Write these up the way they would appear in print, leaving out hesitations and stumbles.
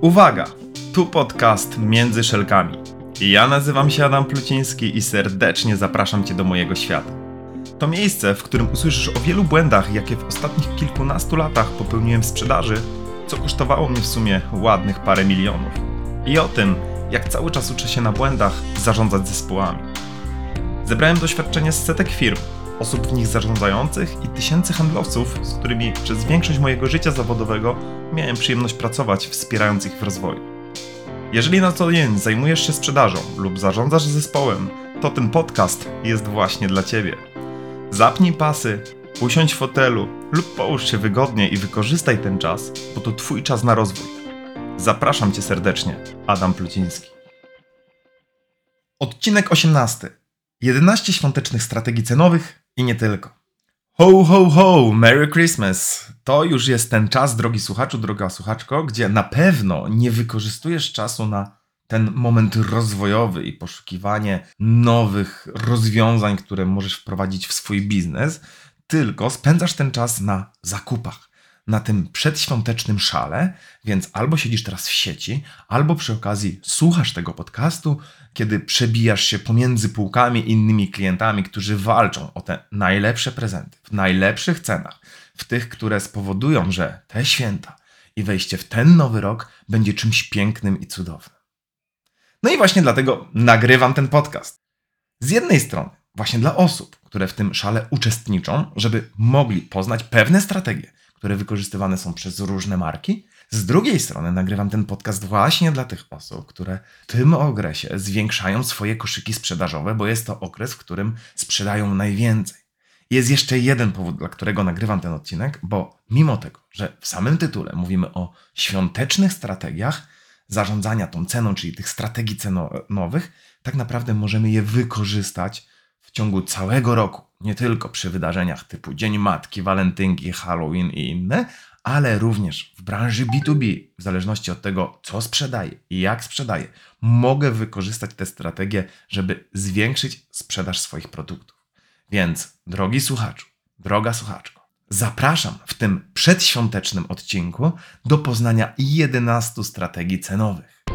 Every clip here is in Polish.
Uwaga! Tu podcast Między Szelkami. Ja nazywam się Adam Pluciński i serdecznie zapraszam Cię do mojego świata. To miejsce, w którym usłyszysz o wielu błędach, jakie w ostatnich kilkunastu latach popełniłem w sprzedaży, co kosztowało mnie w sumie ładnych parę milionów. I o tym, jak cały czas uczę się na błędach zarządzać zespołami. Zebrałem doświadczenie z setek firm, osób w nich zarządzających i tysięcy handlowców, z którymi przez większość mojego życia zawodowego miałem przyjemność pracować, wspierając ich w rozwoju. Jeżeli na co dzień zajmujesz się sprzedażą lub zarządzasz zespołem, to ten podcast jest właśnie dla Ciebie. Zapnij pasy, usiądź w fotelu lub połóż się wygodnie i wykorzystaj ten czas, bo to Twój czas na rozwój. Zapraszam Cię serdecznie, Adam Pluciński. Odcinek 18. 11 świątecznych strategii cenowych i nie tylko. Ho, ho, ho! Merry Christmas! To już jest ten czas, drogi słuchaczu, droga słuchaczko, gdzie na pewno nie wykorzystujesz czasu na ten moment rozwojowy i poszukiwanie nowych rozwiązań, które możesz wprowadzić w swój biznes, tylko spędzasz ten czas na zakupach, na tym przedświątecznym szale, więc albo siedzisz teraz w sieci, albo przy okazji słuchasz tego podcastu, kiedy przebijasz się pomiędzy półkami innymi klientami, którzy walczą o te najlepsze prezenty, w najlepszych cenach, w tych, które spowodują, że te święta i wejście w ten nowy rok będzie czymś pięknym i cudownym. No i właśnie dlatego nagrywam ten podcast. Z jednej strony właśnie dla osób, które w tym szale uczestniczą, żeby mogli poznać pewne strategie, które wykorzystywane są przez różne marki. Z drugiej strony nagrywam ten podcast właśnie dla tych osób, które w tym okresie zwiększają swoje koszyki sprzedażowe, bo jest to okres, w którym sprzedają najwięcej. Jest jeszcze jeden powód, dla którego nagrywam ten odcinek, bo mimo tego, że w samym tytule mówimy o świątecznych strategiach zarządzania tą ceną, czyli tych strategii cenowych, tak naprawdę możemy je wykorzystać w ciągu całego roku. Nie tylko przy wydarzeniach typu Dzień Matki, Walentynki, Halloween i inne, ale również w branży B2B, w zależności od tego, co sprzedaję i jak sprzedaję, mogę wykorzystać te strategie, żeby zwiększyć sprzedaż swoich produktów. Więc, drogi słuchaczu, droga słuchaczko, zapraszam w tym przedświątecznym odcinku do poznania 11 strategii cenowych.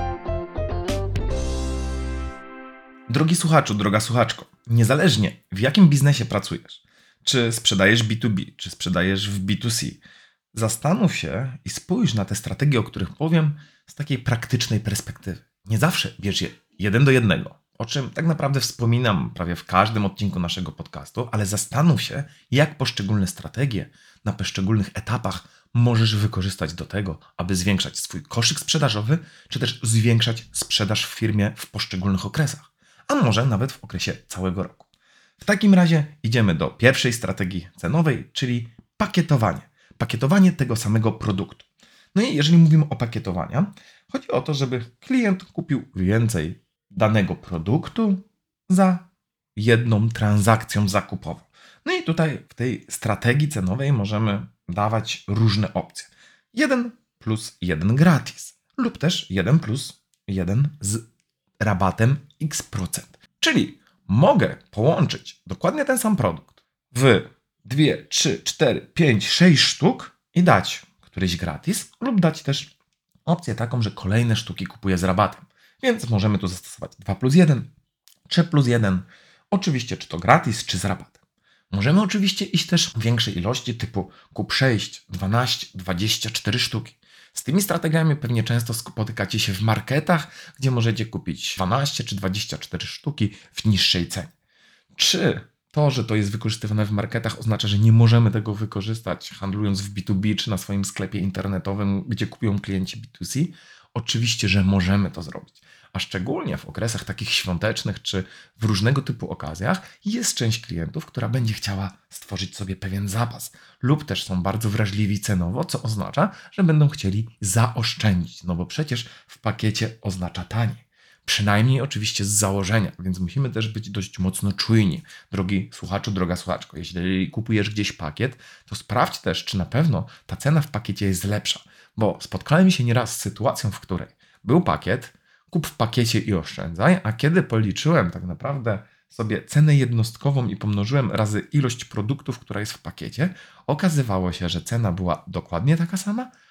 Drogi słuchaczu, droga słuchaczko, niezależnie w jakim biznesie pracujesz, czy sprzedajesz B2B, czy sprzedajesz w B2C, zastanów się i spójrz na te strategie, o których powiem, z takiej praktycznej perspektywy. Nie zawsze bierz je 1 do 1, o czym tak naprawdę wspominam prawie w każdym odcinku naszego podcastu, ale zastanów się, jak poszczególne strategie na poszczególnych etapach możesz wykorzystać do tego, aby zwiększać swój koszyk sprzedażowy, czy też zwiększać sprzedaż w firmie w poszczególnych okresach, a może nawet w okresie całego roku. W takim razie idziemy do pierwszej strategii cenowej, czyli pakietowanie. Pakietowanie tego samego produktu. No i jeżeli mówimy o pakietowaniu, chodzi o to, żeby klient kupił więcej danego produktu za jedną transakcją zakupową. No i tutaj w tej strategii cenowej możemy dawać różne opcje. 1 plus 1 gratis lub też 1 plus 1 z rabatem x%. Czyli mogę połączyć dokładnie ten sam produkt w 2, 3, 4, 5, 6 sztuk i dać któryś gratis lub dać też opcję taką, że kolejne sztuki kupuję z rabatem. Więc możemy tu zastosować 2 plus 1, 3 plus 1, oczywiście czy to gratis, czy z rabatem. Możemy oczywiście iść też w większej ilości typu kup 6, 12, 24 sztuki. Z tymi strategiami pewnie często spotykacie się w marketach, gdzie możecie kupić 12 czy 24 sztuki w niższej cenie. Czy to, że to jest wykorzystywane w marketach, oznacza, że nie możemy tego wykorzystać handlując w B2B czy na swoim sklepie internetowym, gdzie kupują klienci B2C? Oczywiście, że możemy to zrobić. A szczególnie w okresach takich świątecznych czy w różnego typu okazjach jest część klientów, która będzie chciała stworzyć sobie pewien zapas lub też są bardzo wrażliwi cenowo, co oznacza, że będą chcieli zaoszczędzić, no bo przecież w pakiecie oznacza taniej. Przynajmniej oczywiście z założenia, więc musimy też być dość mocno czujni. Drogi słuchaczu, droga słuchaczko, jeśli kupujesz gdzieś pakiet, to sprawdź też, czy na pewno ta cena w pakiecie jest lepsza. Bo spotkałem się nieraz z sytuacją, w której był pakiet, kup w pakiecie i oszczędzaj, a kiedy policzyłem tak naprawdę sobie cenę jednostkową i pomnożyłem razy ilość produktów, która jest w pakiecie, okazywało się, że cena była dokładnie taka sama,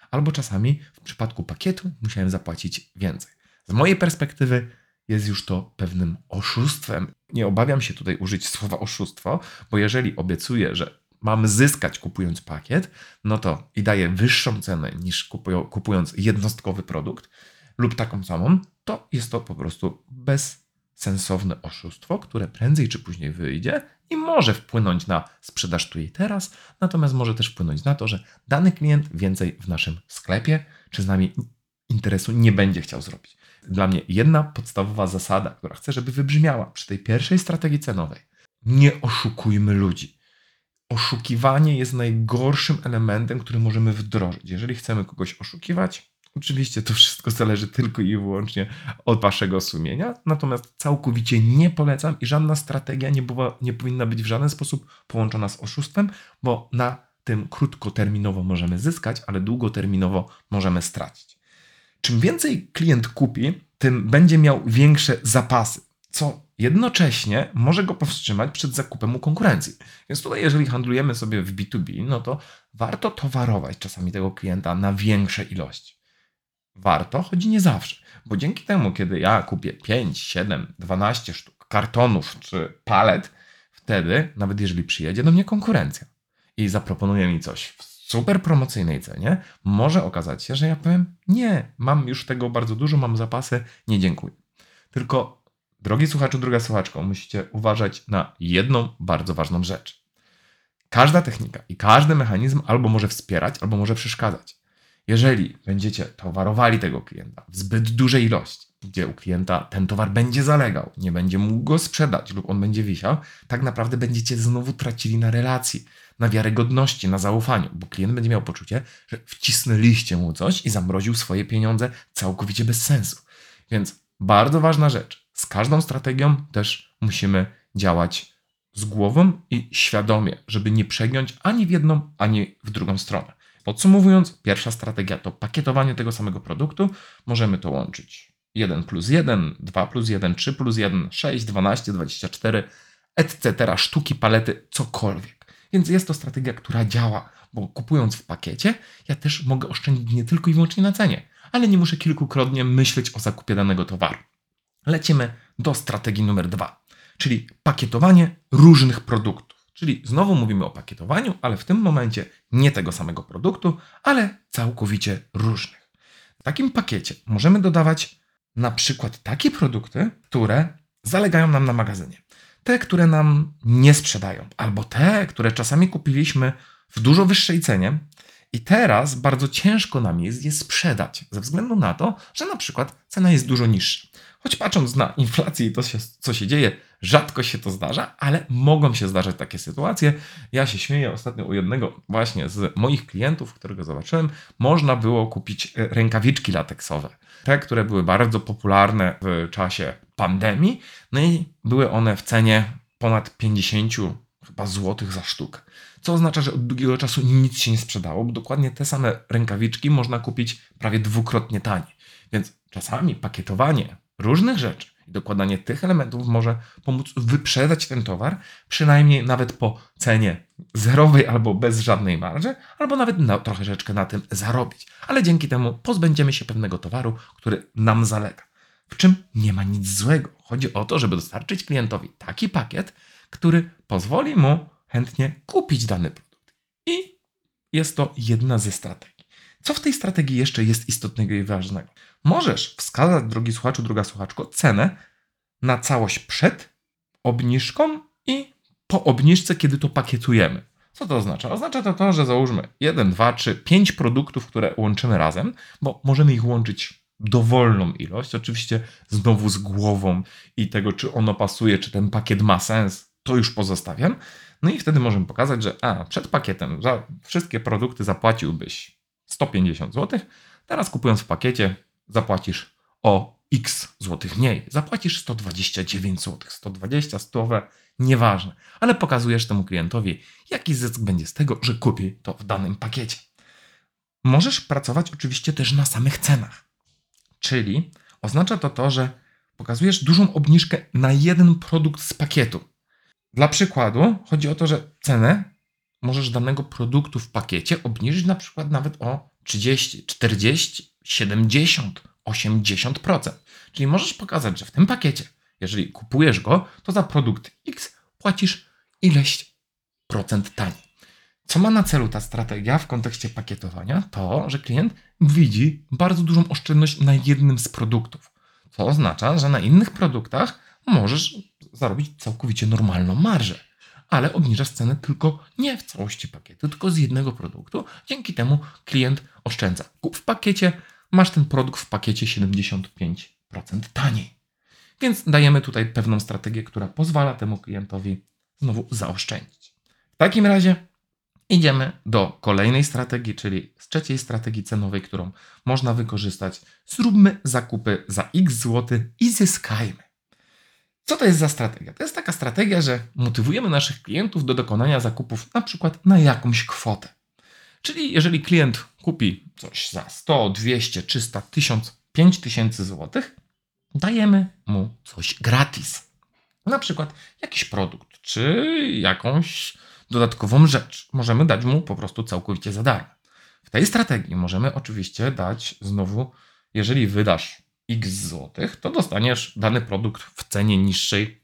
albo czasami w przypadku pakietu musiałem zapłacić więcej. Z mojej perspektywy jest już to pewnym oszustwem. Nie obawiam się tutaj użyć słowa oszustwo, bo jeżeli obiecuję, że mam zyskać kupując pakiet, no to i daję wyższą cenę niż kupując jednostkowy produkt lub taką samą, to jest to po prostu bezsensowne oszustwo, które prędzej czy później wyjdzie i może wpłynąć na sprzedaż tu i teraz, natomiast może też wpłynąć na to, że dany klient więcej w naszym sklepie czy z nami interesu nie będzie chciał zrobić. Dla mnie jedna podstawowa zasada, która chcę, żeby wybrzmiała przy tej pierwszej strategii cenowej. Nie oszukujmy ludzi. Oszukiwanie jest najgorszym elementem, który możemy wdrożyć. Jeżeli chcemy kogoś oszukiwać, oczywiście to wszystko zależy tylko i wyłącznie od waszego sumienia, natomiast całkowicie nie polecam i żadna strategia nie powinna być w żaden sposób połączona z oszustwem, bo na tym krótkoterminowo możemy zyskać, ale długoterminowo możemy stracić. Czym więcej klient kupi, tym będzie miał większe zapasy, co jednocześnie może go powstrzymać przed zakupem u konkurencji. Więc tutaj, jeżeli handlujemy sobie w B2B, no to warto towarować czasami tego klienta na większe ilości. Warto, choć nie zawsze, bo dzięki temu, kiedy ja kupię 5, 7, 12 sztuk kartonów czy palet, wtedy, nawet jeżeli przyjedzie do mnie konkurencja i zaproponuje mi coś w super promocyjnej cenie, może okazać się, że ja powiem nie, mam już tego bardzo dużo, mam zapasy, nie dziękuję. Tylko drogi słuchaczu, droga słuchaczko, musicie uważać na jedną bardzo ważną rzecz. Każda technika i każdy mechanizm albo może wspierać, albo może przeszkadzać. Jeżeli będziecie towarowali tego klienta w zbyt dużej ilości, gdzie u klienta ten towar będzie zalegał, nie będzie mógł go sprzedać lub on będzie wisiał, tak naprawdę będziecie znowu tracili na relacji, na wiarygodności, na zaufaniu, bo klient będzie miał poczucie, że wcisnęliście mu coś i zamroził swoje pieniądze całkowicie bez sensu. Więc bardzo ważna rzecz. Z każdą strategią też musimy działać z głową i świadomie, żeby nie przegiąć ani w jedną, ani w drugą stronę. Podsumowując, pierwsza strategia to pakietowanie tego samego produktu. Możemy to łączyć 1+1, 2+1, 3+1, 6, 12, 24, etc. Sztuki, palety, cokolwiek. Więc jest to strategia, która działa, bo kupując w pakiecie, ja też mogę oszczędzić nie tylko i wyłącznie na cenie, ale nie muszę kilkukrotnie myśleć o zakupie danego towaru. Lecimy do strategii numer 2, czyli pakietowanie różnych produktów. Czyli znowu mówimy o pakietowaniu, ale w tym momencie nie tego samego produktu, ale całkowicie różnych. W takim pakiecie możemy dodawać na przykład takie produkty, które zalegają nam na magazynie. Te, które nam nie sprzedają, albo te, które czasami kupiliśmy w dużo wyższej cenie i teraz bardzo ciężko nam jest je sprzedać, ze względu na to, że na przykład cena jest dużo niższa. Choć patrząc na inflację i to, co się dzieje, rzadko się to zdarza, ale mogą się zdarzać takie sytuacje. Ja się śmieję ostatnio u jednego właśnie z moich klientów, którego zobaczyłem, można było kupić rękawiczki lateksowe. Te, które były bardzo popularne w czasie pandemii, no i były one w cenie ponad 50 chyba złotych za sztukę. Co oznacza, że od długiego czasu nic się nie sprzedało, bo dokładnie te same rękawiczki można kupić prawie dwukrotnie taniej. Więc czasami pakietowanie różnych rzeczy i dokładanie tych elementów może pomóc wyprzedać ten towar, przynajmniej nawet po cenie zerowej albo bez żadnej marży, albo nawet troszeczkę na tym zarobić. Ale dzięki temu pozbędziemy się pewnego towaru, który nam zalega. W czym nie ma nic złego. Chodzi o to, żeby dostarczyć klientowi taki pakiet, który pozwoli mu chętnie kupić dany produkt. I jest to jedna ze strategii. Co w tej strategii jeszcze jest istotnego i ważnego? Możesz wskazać, drogi słuchaczu, droga słuchaczko, cenę na całość przed obniżką i po obniżce, kiedy to pakietujemy. Co to oznacza? Oznacza to, że załóżmy 1, 2, 3, 5 produktów, które łączymy razem, bo możemy ich łączyć dowolną ilość, oczywiście znowu z głową i tego, czy ono pasuje, czy ten pakiet ma sens, to już pozostawiam. No i wtedy możemy pokazać, że przed pakietem za wszystkie produkty zapłaciłbyś 150 zł, teraz kupując w pakiecie zapłacisz o x złotych mniej. Zapłacisz 129 zł, 120, 100, nieważne. Ale pokazujesz temu klientowi, jaki zysk będzie z tego, że kupi to w danym pakiecie. Możesz pracować oczywiście też na samych cenach. Czyli oznacza to, że pokazujesz dużą obniżkę na jeden produkt z pakietu. Dla przykładu chodzi o to, że cenę możesz danego produktu w pakiecie obniżyć na przykład nawet o 30, 40, 70, 80%. Czyli możesz pokazać, że w tym pakiecie, jeżeli kupujesz go, to za produkt X płacisz ileś procent taniej. Co ma na celu ta strategia w kontekście pakietowania? To, że klient widzi bardzo dużą oszczędność na jednym z produktów. Co oznacza, że na innych produktach możesz zarobić całkowicie normalną marżę, ale obniżasz cenę tylko nie w całości pakietu, tylko z jednego produktu. Dzięki temu klient oszczędza. Kup w pakiecie, masz ten produkt w pakiecie 75% taniej. Więc dajemy tutaj pewną strategię, która pozwala temu klientowi znowu zaoszczędzić. W takim razie idziemy do kolejnej strategii, czyli z trzeciej strategii cenowej, którą można wykorzystać. Zróbmy zakupy za x złotych i zyskajmy. Co to jest za strategia? To jest taka strategia, że motywujemy naszych klientów do dokonania zakupów na przykład na jakąś kwotę. Czyli jeżeli klient kupi coś za 100, 200, 300, 1000, 5000 złotych, dajemy mu coś gratis. Na przykład jakiś produkt, czy jakąś dodatkową rzecz. Możemy dać mu po prostu całkowicie za darmo. W tej strategii możemy oczywiście dać znowu, jeżeli wydasz x złotych, to dostaniesz dany produkt w cenie niższej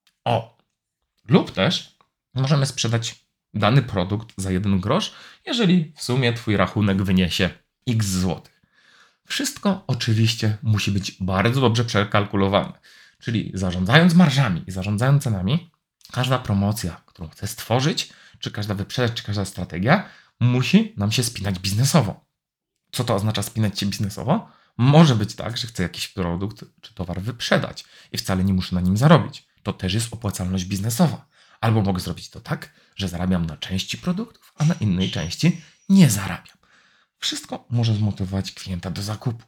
o. Lub też możemy sprzedać dany produkt za 1 grosz, jeżeli w sumie twój rachunek wyniesie x złotych. Wszystko oczywiście musi być bardzo dobrze przekalkulowane. Czyli zarządzając marżami i zarządzając cenami, każda promocja, którą chcę stworzyć, czy każda wyprzedaż, czy każda strategia musi nam się spinać biznesowo. Co to oznacza spinać się biznesowo? Może być tak, że chcę jakiś produkt czy towar wyprzedać i wcale nie muszę na nim zarobić. To też jest opłacalność biznesowa. Albo mogę zrobić to tak, że zarabiam na części produktów, a na innej części nie zarabiam. Wszystko może zmotywować klienta do zakupu.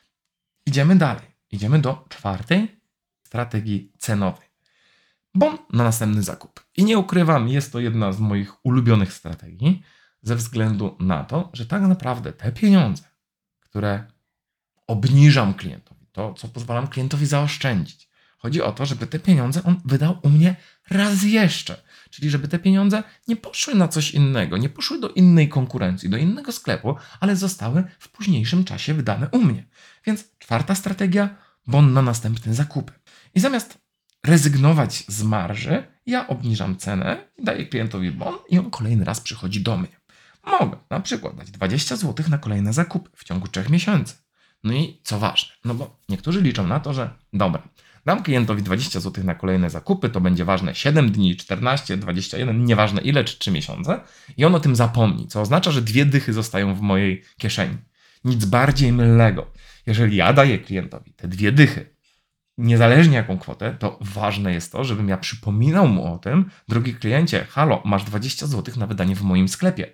Idziemy dalej. Idziemy do czwartej strategii cenowej. Bon na następny zakup. I nie ukrywam, jest to jedna z moich ulubionych strategii, ze względu na to, że tak naprawdę te pieniądze, które obniżam klientowi, to co pozwalam klientowi zaoszczędzić. Chodzi o to, żeby te pieniądze on wydał u mnie raz jeszcze. Czyli żeby te pieniądze nie poszły na coś innego, nie poszły do innej konkurencji, do innego sklepu, ale zostały w późniejszym czasie wydane u mnie. Więc czwarta strategia, bon na następne zakupy. I zamiast rezygnować z marży, ja obniżam cenę, daję klientowi bon i on kolejny raz przychodzi do mnie. Mogę na przykład dać 20 zł na kolejne zakupy w ciągu 3 miesięcy. No i co ważne, no bo niektórzy liczą na to, że dobra, dam klientowi 20 zł na kolejne zakupy, to będzie ważne 7 dni, 14, 21, nieważne ile, czy 3 miesiące i on o tym zapomni, co oznacza, że 2 dychy zostają w mojej kieszeni. Nic bardziej mylnego. Jeżeli ja daję klientowi te 2 dychy, niezależnie jaką kwotę, to ważne jest to, żebym ja przypominał mu o tym, drogi kliencie, halo, masz 20 zł na wydanie w moim sklepie.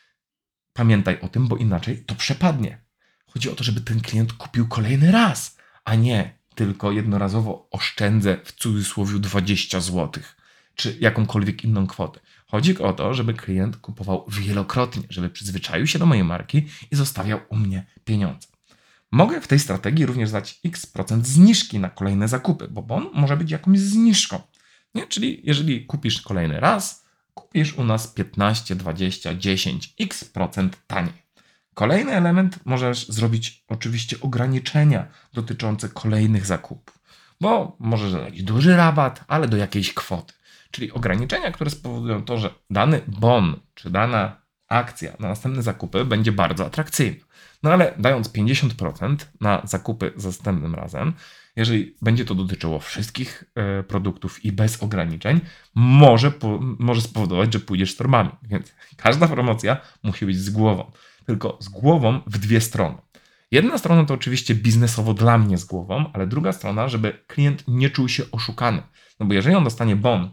Pamiętaj o tym, bo inaczej to przepadnie. Chodzi o to, żeby ten klient kupił kolejny raz, a nie tylko jednorazowo oszczędzę w cudzysłowie 20 zł, czy jakąkolwiek inną kwotę. Chodzi o to, żeby klient kupował wielokrotnie, żeby przyzwyczaił się do mojej marki i zostawiał u mnie pieniądze. Mogę w tej strategii również dać x% zniżki na kolejne zakupy, bo bon może być jakąś zniżką. Nie? Czyli jeżeli kupisz kolejny raz, kupisz u nas 15, 20, 10, x% taniej. Kolejny element możesz zrobić oczywiście ograniczenia dotyczące kolejnych zakupów, bo możesz dać duży rabat, ale do jakiejś kwoty. Czyli ograniczenia, które spowodują to, że dany bon czy dana akcja na następne zakupy będzie bardzo atrakcyjna. No ale dając 50% na zakupy za następnym razem, jeżeli będzie to dotyczyło wszystkich produktów i bez ograniczeń, może spowodować, że pójdziesz z torbami. Więc każda promocja musi być z głową. Tylko z głową w 2 strony. Jedna strona to oczywiście biznesowo dla mnie z głową, ale druga strona, żeby klient nie czuł się oszukany. No bo jeżeli on dostanie bon,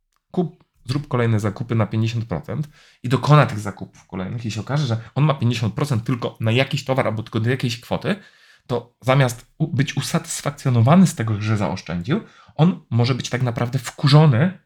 zrób kolejne zakupy na 50% i dokona tych zakupów kolejnych i się okaże, że on ma 50% tylko na jakiś towar albo tylko do jakiejś kwoty, to zamiast być usatysfakcjonowany z tego, że zaoszczędził, on może być tak naprawdę wkurzony,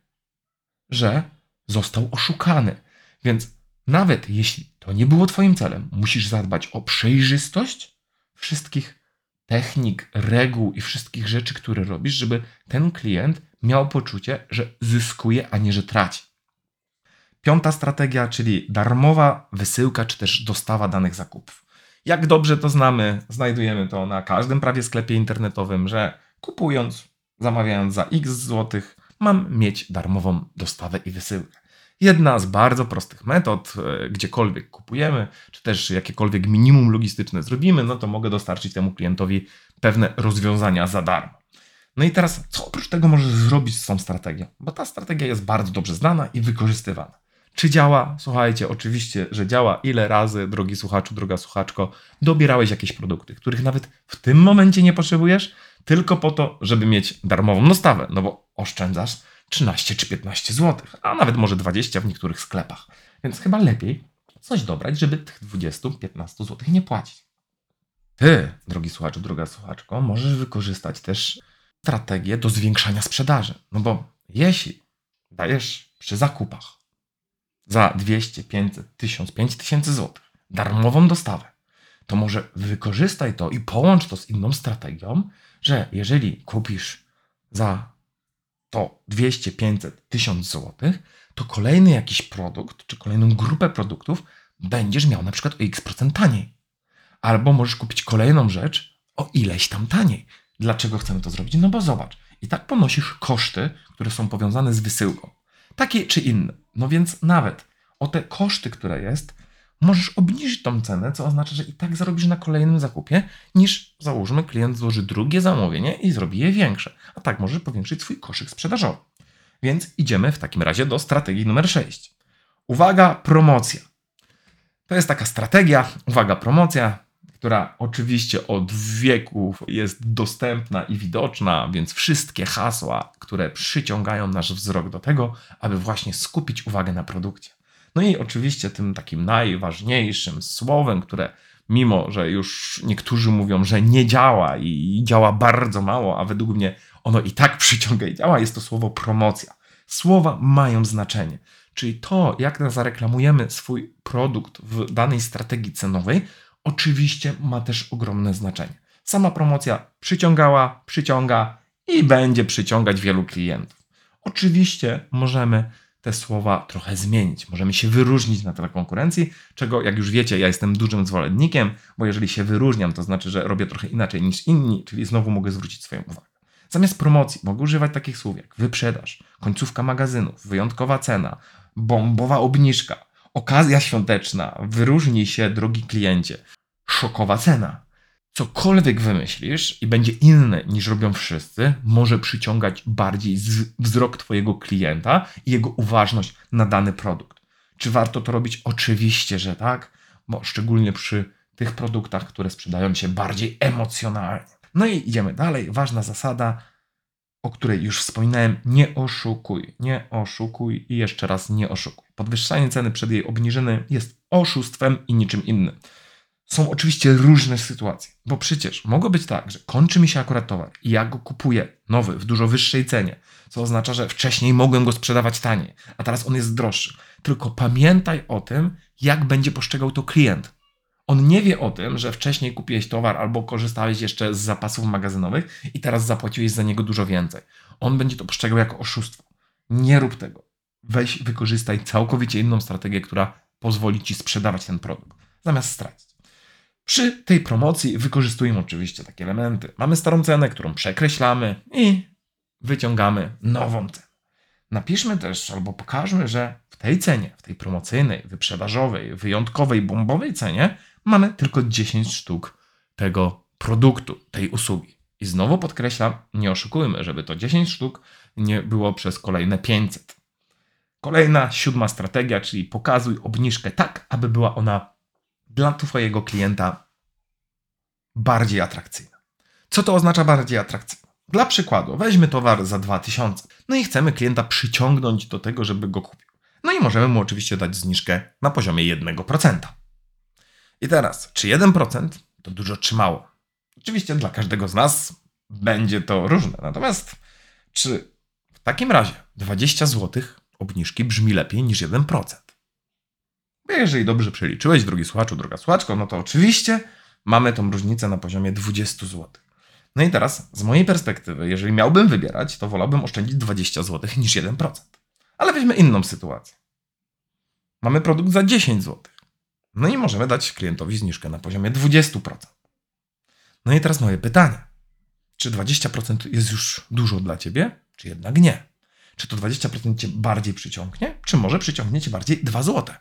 że został oszukany. Więc nawet jeśli to nie było twoim celem, musisz zadbać o przejrzystość wszystkich technik, reguł i wszystkich rzeczy, które robisz, żeby ten klient miał poczucie, że zyskuje, a nie, że traci. 5. strategia, czyli darmowa wysyłka, czy też dostawa danych zakupów. Jak dobrze to znamy, znajdujemy to na każdym prawie sklepie internetowym, że kupując, zamawiając za x złotych, mam mieć darmową dostawę i wysyłkę. Jedna z bardzo prostych metod, gdziekolwiek kupujemy, czy też jakiekolwiek minimum logistyczne zrobimy, no to mogę dostarczyć temu klientowi pewne rozwiązania za darmo. No i teraz, co oprócz tego możesz zrobić z tą strategią? Bo ta strategia jest bardzo dobrze znana i wykorzystywana. Czy działa? Słuchajcie, oczywiście, że działa. Ile razy, drogi słuchaczu, droga słuchaczko, dobierałeś jakieś produkty, których nawet w tym momencie nie potrzebujesz, tylko po to, żeby mieć darmową dostawę, no bo oszczędzasz 13 czy 15 zł, a nawet może 20 w niektórych sklepach. Więc chyba lepiej coś dobrać, żeby tych 20-15 zł nie płacić. Ty, drogi słuchaczu, droga słuchaczko, możesz wykorzystać też strategię do zwiększania sprzedaży. No bo jeśli dajesz przy zakupach za 200, 500, 1000, 5000 zł darmową dostawę, to może wykorzystaj to i połącz to z inną strategią, że jeżeli kupisz za to 200, 500, 1000 zł, to kolejny jakiś produkt, czy kolejną grupę produktów będziesz miał na przykład o x% taniej. Albo możesz kupić kolejną rzecz o ileś tam taniej. Dlaczego chcemy to zrobić? No bo zobacz, i tak ponosisz koszty, które są powiązane z wysyłką. Takie czy inne. No więc nawet o te koszty, które jest, możesz obniżyć tą cenę, co oznacza, że i tak zarobisz na kolejnym zakupie, niż załóżmy klient złoży drugie zamówienie i zrobi je większe. A tak możesz powiększyć swój koszyk sprzedażowy. Więc idziemy w takim razie do strategii numer 6. Uwaga, promocja. To jest taka strategia, uwaga, promocja, która oczywiście od wieków jest dostępna i widoczna, więc wszystkie hasła, które przyciągają nasz wzrok do tego, aby właśnie skupić uwagę na produkcie. No i oczywiście tym takim najważniejszym słowem, które mimo, że już niektórzy mówią, że nie działa i działa bardzo mało, a według mnie ono i tak przyciąga i działa, jest to słowo promocja. Słowa mają znaczenie. Czyli to, jak zareklamujemy swój produkt w danej strategii cenowej, oczywiście ma też ogromne znaczenie. Sama promocja przyciąga i będzie przyciągać wielu klientów. Oczywiście możemy te słowa trochę zmienić. Możemy się wyróżnić na tle konkurencji, czego, jak już wiecie, ja jestem dużym zwolennikiem, bo jeżeli się wyróżniam, to znaczy, że robię trochę inaczej niż inni, czyli znowu mogę zwrócić swoją uwagę. Zamiast promocji mogę używać takich słów jak wyprzedaż, końcówka magazynów, wyjątkowa cena, bombowa obniżka, okazja świąteczna, wyróżnij się, drogi kliencie, szokowa cena. Cokolwiek wymyślisz i będzie inne niż robią wszyscy, może przyciągać bardziej wzrok twojego klienta i jego uważność na dany produkt. Czy warto to robić? Oczywiście, że tak, bo szczególnie przy tych produktach, które sprzedają się bardziej emocjonalnie. No i idziemy dalej. Ważna zasada, o której już wspominałem, nie oszukuj i jeszcze raz nie oszukuj. Podwyższanie ceny przed jej obniżeniem jest oszustwem i niczym innym. Są oczywiście różne sytuacje, bo przecież mogło być tak, że kończy mi się akurat towar i ja go kupuję nowy w dużo wyższej cenie, co oznacza, że wcześniej mogłem go sprzedawać taniej, a teraz on jest droższy. Tylko pamiętaj o tym, jak będzie postrzegał to klient. On nie wie o tym, że wcześniej kupiłeś towar albo korzystałeś jeszcze z zapasów magazynowych i teraz zapłaciłeś za niego dużo więcej. On będzie to postrzegał jako oszustwo. Nie rób tego. Weź, wykorzystaj całkowicie inną strategię, która pozwoli ci sprzedawać ten produkt, zamiast stracić. Przy tej promocji wykorzystujemy oczywiście takie elementy. Mamy starą cenę, którą przekreślamy i wyciągamy nową cenę. Napiszmy też albo pokażmy, że w tej cenie, w tej promocyjnej, wyprzedażowej, wyjątkowej, bombowej cenie mamy tylko 10 sztuk tego produktu, tej usługi. I znowu podkreślam, nie oszukujmy, żeby to 10 sztuk nie było przez kolejne 500. Kolejna 7. strategia, czyli pokazuj obniżkę tak, aby była ona dla twojego klienta bardziej atrakcyjna. Co to oznacza bardziej atrakcyjna? Dla przykładu, weźmy towar za 2000, no i chcemy klienta przyciągnąć do tego, żeby go kupił. No i możemy mu oczywiście dać zniżkę na poziomie 1%. I teraz, czy 1% to dużo czy mało? Oczywiście dla każdego z nas będzie to różne, natomiast czy w takim razie 20 zł obniżki brzmi lepiej niż 1%? Bo jeżeli dobrze przeliczyłeś, drogi słuchaczu, droga słuchaczko, no to oczywiście mamy tą różnicę na poziomie 20 zł. No i teraz, z mojej perspektywy, jeżeli miałbym wybierać, to wolałbym oszczędzić 20 zł niż 1%. Ale weźmy inną sytuację. Mamy produkt za 10 zł. No i możemy dać klientowi zniżkę na poziomie 20%. No i teraz moje pytanie. Czy 20% jest już dużo dla Ciebie, czy jednak nie? Czy to 20% Cię bardziej przyciągnie, czy może przyciągnie Cię bardziej 2 zł?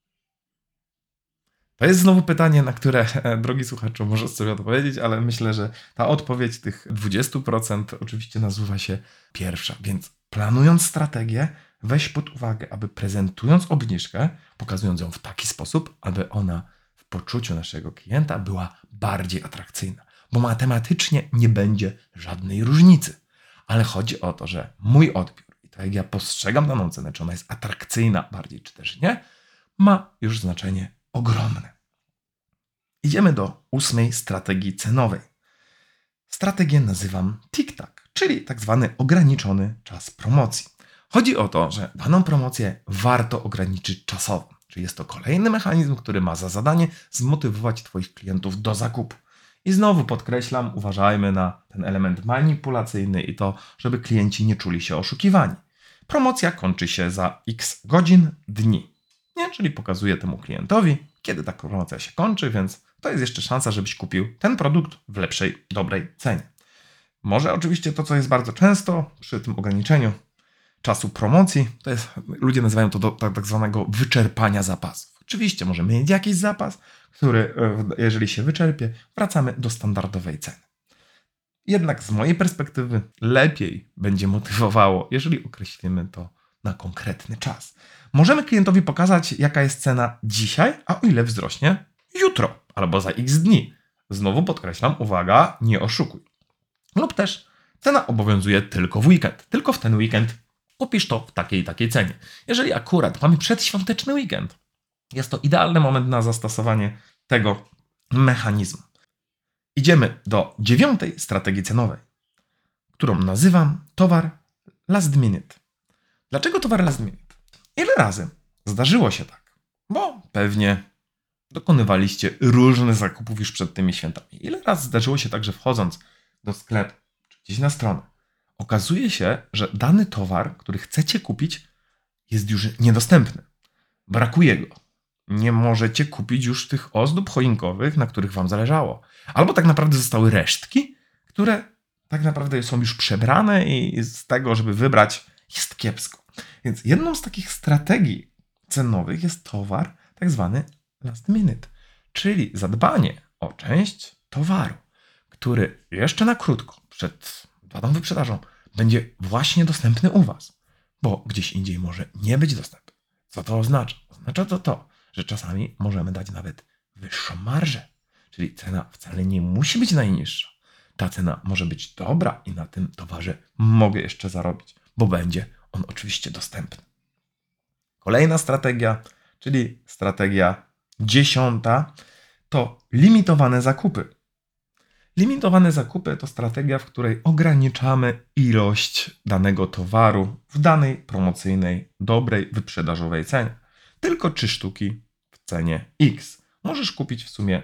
To jest znowu pytanie, na które, drogi słuchaczu, możesz sobie odpowiedzieć, ale myślę, że ta odpowiedź tych 20% oczywiście nasuwa się pierwsza. Więc planując strategię, weź pod uwagę, aby prezentując obniżkę, pokazując ją w taki sposób, aby ona w poczuciu naszego klienta była bardziej atrakcyjna. Bo matematycznie nie będzie żadnej różnicy. Ale chodzi o to, że mój odbiór i to, jak ja postrzegam daną cenę, czy ona jest atrakcyjna bardziej, czy też nie, ma już znaczenie ogromne. Idziemy do 8. strategii cenowej. Strategię nazywam TikTok, czyli tak zwany ograniczony czas promocji. Chodzi o to, że daną promocję warto ograniczyć czasowo. Czyli jest to kolejny mechanizm, który ma za zadanie zmotywować Twoich klientów do zakupu. I znowu podkreślam, uważajmy na ten element manipulacyjny i to, żeby klienci nie czuli się oszukiwani. Promocja kończy się za x godzin, dni. Nie? Czyli pokazuję temu klientowi, kiedy ta promocja się kończy, więc to jest jeszcze szansa, żebyś kupił ten produkt w lepszej, dobrej cenie. Może oczywiście to, co jest bardzo często przy tym ograniczeniu czasu promocji, to jest, ludzie nazywają to do tak zwanego wyczerpania zapasów. Oczywiście możemy mieć jakiś zapas, który, jeżeli się wyczerpie, wracamy do standardowej ceny. Jednak z mojej perspektywy lepiej będzie motywowało, jeżeli określimy to na konkretny czas. Możemy klientowi pokazać, jaka jest cena dzisiaj, a o ile wzrośnie jutro albo za x dni. Znowu podkreślam, uwaga, nie oszukuj. Lub też cena obowiązuje tylko w weekend. Tylko w ten weekend kupisz to w takiej i takiej cenie. Jeżeli akurat mamy przedświąteczny weekend, jest to idealny moment na zastosowanie tego mechanizmu. Idziemy do 9. strategii cenowej, którą nazywam towar last minute. Dlaczego towar last minute? Ile razy zdarzyło się tak? Bo pewnie dokonywaliście różnych zakupów już przed tymi świętami. Ile razy zdarzyło się tak, że wchodząc do sklepu czy gdzieś na stronę, okazuje się, że dany towar, który chcecie kupić, jest już niedostępny. Brakuje go. Nie możecie kupić już tych ozdób choinkowych, na których wam zależało. Albo tak naprawdę zostały resztki, które tak naprawdę są już przebrane i z tego, żeby wybrać, jest kiepsko. Więc jedną z takich strategii cenowych jest towar tak zwany last minute, czyli zadbanie o część towaru, który jeszcze na krótko przed datą wyprzedażą będzie właśnie dostępny u Was, bo gdzieś indziej może nie być dostępny. Co to oznacza? Oznacza to, że czasami możemy dać nawet wyższą marżę, czyli cena wcale nie musi być najniższa. Ta cena może być dobra i na tym towarze mogę jeszcze zarobić, bo będzie on oczywiście dostępny. Kolejna strategia, czyli strategia 10, to limitowane zakupy. Limitowane zakupy to strategia, w której ograniczamy ilość danego towaru w danej promocyjnej, dobrej, wyprzedażowej cenie. Tylko 3 sztuki w cenie X. Możesz kupić w sumie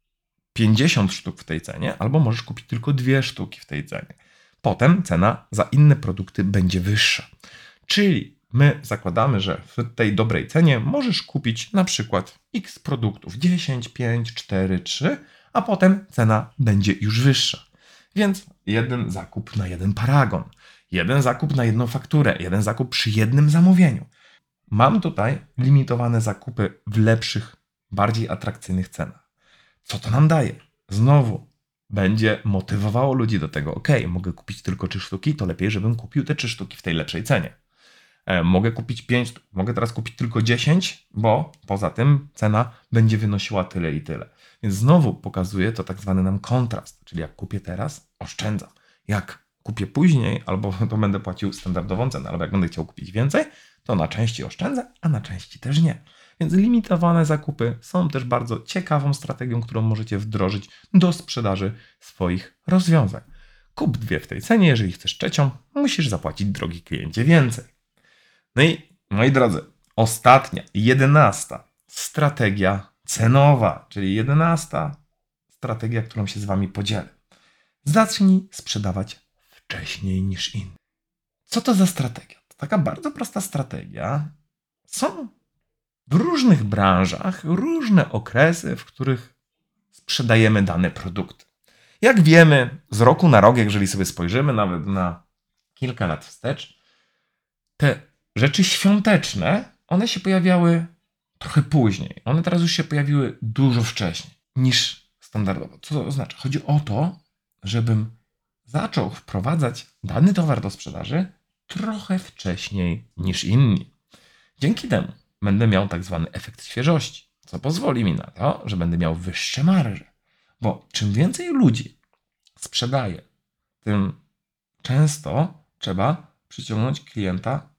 50 sztuk w tej cenie, albo możesz kupić tylko 2 sztuki w tej cenie. Potem cena za inne produkty będzie wyższa. Czyli my zakładamy, że w tej dobrej cenie możesz kupić na przykład X produktów, 10, 5, 4, 3, a potem cena będzie już wyższa. Więc jeden zakup na jeden paragon, jeden zakup na jedną fakturę, jeden zakup przy jednym zamówieniu. Mam tutaj limitowane zakupy w lepszych, bardziej atrakcyjnych cenach. Co to nam daje? Znowu będzie motywowało ludzi do tego, mogę kupić tylko 3 sztuki, to lepiej, żebym kupił te 3 sztuki w tej lepszej cenie. Mogę kupić 5, mogę teraz kupić tylko 10, bo poza tym cena będzie wynosiła tyle i tyle. Więc znowu pokazuje to tak zwany nam kontrast, czyli jak kupię teraz, oszczędzam. Jak kupię później, albo to będę płacił standardową cenę, albo jak będę chciał kupić więcej, to na części oszczędzę, a na części też nie. Więc limitowane zakupy są też bardzo ciekawą strategią, którą możecie wdrożyć do sprzedaży swoich rozwiązań. Kup 2 w tej cenie, jeżeli chcesz 3, musisz zapłacić, drogi kliencie, więcej. No i moi drodzy, ostatnia, 11 strategia cenowa, czyli 11 strategia, którą się z Wami podzielę. Zacznij sprzedawać wcześniej niż inni. Co to za strategia? To taka bardzo prosta strategia. Są w różnych branżach różne okresy, w których sprzedajemy dane produkty. Jak wiemy, z roku na rok, jeżeli sobie spojrzymy nawet na kilka lat wstecz, te rzeczy świąteczne, one się pojawiały trochę później. One teraz już się pojawiły dużo wcześniej niż standardowo. Co to oznacza? Chodzi o to, żebym zaczął wprowadzać dany towar do sprzedaży trochę wcześniej niż inni. Dzięki temu będę miał tak zwany efekt świeżości, co pozwoli mi na to, że będę miał wyższe marże. Bo czym więcej ludzi sprzedaje, tym często trzeba przyciągnąć klienta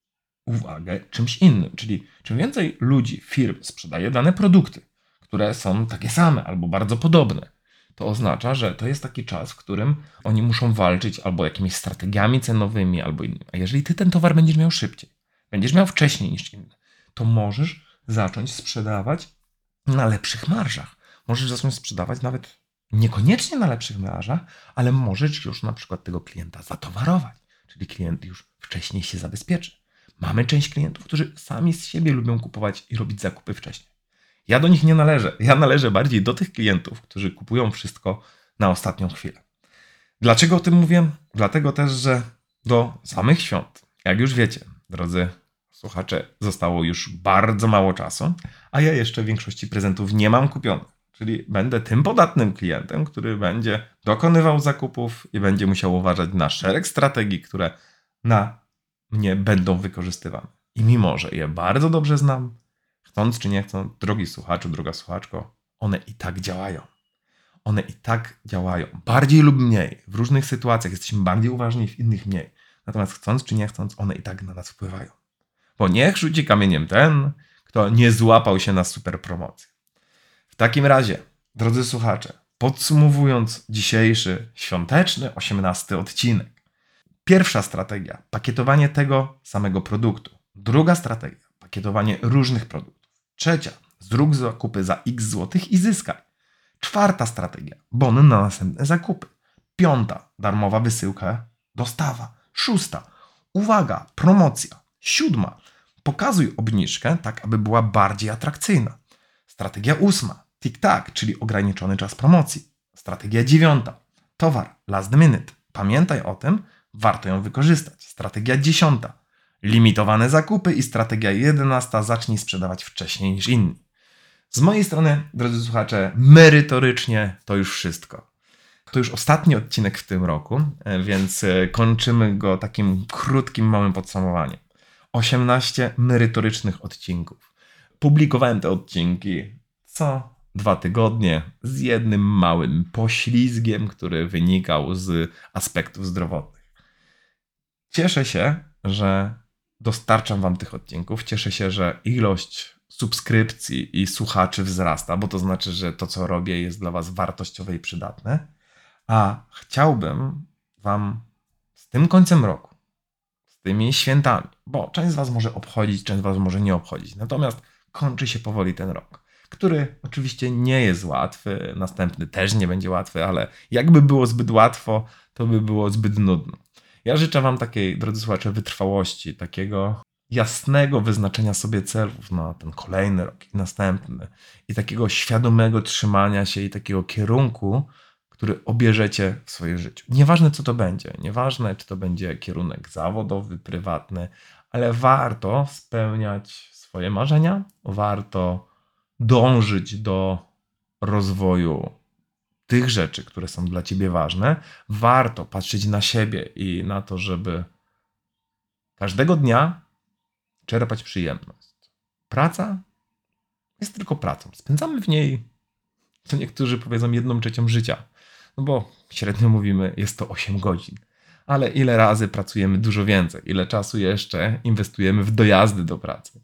uwagę czymś innym. Czyli czym więcej ludzi, firm sprzedaje dane produkty, które są takie same albo bardzo podobne, to oznacza, że to jest taki czas, w którym oni muszą walczyć albo jakimiś strategiami cenowymi, albo innymi. A jeżeli ty ten towar będziesz miał szybciej, będziesz miał wcześniej niż inny, to możesz zacząć sprzedawać na lepszych marżach. Możesz zacząć sprzedawać nawet niekoniecznie na lepszych marżach, ale możesz już na przykład tego klienta zatowarować. Czyli klient już wcześniej się zabezpieczy. Mamy część klientów, którzy sami z siebie lubią kupować i robić zakupy wcześniej. Ja do nich nie należę. Ja należę bardziej do tych klientów, którzy kupują wszystko na ostatnią chwilę. Dlaczego o tym mówię? Dlatego też, że do samych świąt, jak już wiecie, drodzy słuchacze, zostało już bardzo mało czasu, a ja jeszcze większości prezentów nie mam kupionych. Czyli będę tym podatnym klientem, który będzie dokonywał zakupów i będzie musiał uważać na szereg strategii, które na mnie będą wykorzystywane. I mimo, że je bardzo dobrze znam, chcąc czy nie chcąc, drogi słuchaczu, droga słuchaczko, one i tak działają. One i tak działają. Bardziej lub mniej. W różnych sytuacjach jesteśmy bardziej uważni, w innych mniej. Natomiast chcąc czy nie chcąc, one i tak na nas wpływają. Bo niech rzuci kamieniem ten, kto nie złapał się na super promocję. W takim razie, drodzy słuchacze, podsumowując dzisiejszy świąteczny 18 odcinek. Pierwsza strategia, pakietowanie tego samego produktu. Druga strategia, pakietowanie różnych produktów. Trzecia, zrób zakupy za x złotych i zyskaj. Czwarta strategia, bony na następne zakupy. Piąta, darmowa wysyłka, dostawa. Szósta, uwaga, promocja. Siódma, pokazuj obniżkę tak, aby była bardziej atrakcyjna. Strategia ósma, tik-tak, czyli ograniczony czas promocji. Strategia dziewiąta, towar last minute. Pamiętaj o tym, warto ją wykorzystać. Strategia dziesiąta, limitowane zakupy i strategia 11, zacznij sprzedawać wcześniej niż inni. Z mojej strony, drodzy słuchacze, merytorycznie to już wszystko. To już ostatni odcinek w tym roku, więc kończymy go takim krótkim, małym podsumowaniem. 18 merytorycznych odcinków. Publikowałem te odcinki co 2 tygodnie z jednym małym poślizgiem, który wynikał z aspektów zdrowotnych. Cieszę się, że dostarczam wam tych odcinków. Cieszę się, że ilość subskrypcji i słuchaczy wzrasta, bo to znaczy, że to, co robię, jest dla was wartościowe i przydatne. A chciałbym wam z tym końcem roku, z tymi świętami, bo część z was może obchodzić, część z was może nie obchodzić. Natomiast kończy się powoli ten rok, który oczywiście nie jest łatwy, następny też nie będzie łatwy, ale jakby było zbyt łatwo, to by było zbyt nudno. Ja życzę wam takiej, drodzy słuchacze, wytrwałości, takiego jasnego wyznaczenia sobie celów na ten kolejny rok i następny i takiego świadomego trzymania się i takiego kierunku, który obierzecie w swoim życiu. Nieważne co to będzie, nieważne czy to będzie kierunek zawodowy, prywatny, ale warto spełniać swoje marzenia, warto dążyć do rozwoju tych rzeczy, które są dla ciebie ważne. Warto patrzeć na siebie i na to, żeby każdego dnia czerpać przyjemność. Praca jest tylko pracą. Spędzamy w niej, co niektórzy powiedzą, 1/3 życia. No bo średnio mówimy, jest to 8 godzin. Ale ile razy pracujemy dużo więcej? Ile czasu jeszcze inwestujemy w dojazdy do pracy?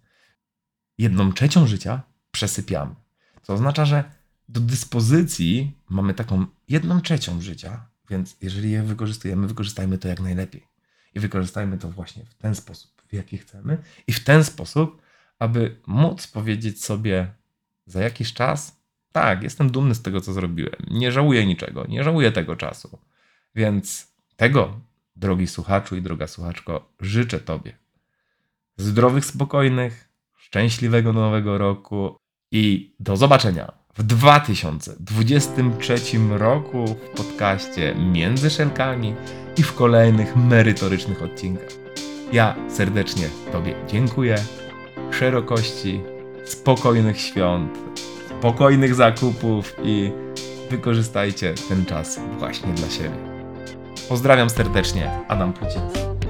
1/3 życia przesypiamy. Co oznacza, że do dyspozycji mamy taką 1/3 życia, więc jeżeli je wykorzystujemy, wykorzystajmy to jak najlepiej. I wykorzystajmy to właśnie w ten sposób, w jaki chcemy. I w ten sposób, aby móc powiedzieć sobie za jakiś czas, tak, jestem dumny z tego, co zrobiłem. Nie żałuję niczego, nie żałuję tego czasu. Więc tego, drogi słuchaczu i droga słuchaczko, życzę tobie. Zdrowych, spokojnych, szczęśliwego nowego roku i do zobaczenia w 2023 roku w podcaście Między Szelkami i w kolejnych merytorycznych odcinkach. Ja serdecznie Tobie dziękuję. Szerokości, spokojnych świąt, spokojnych zakupów i wykorzystajcie ten czas właśnie dla siebie. Pozdrawiam serdecznie, Adam Pluciński.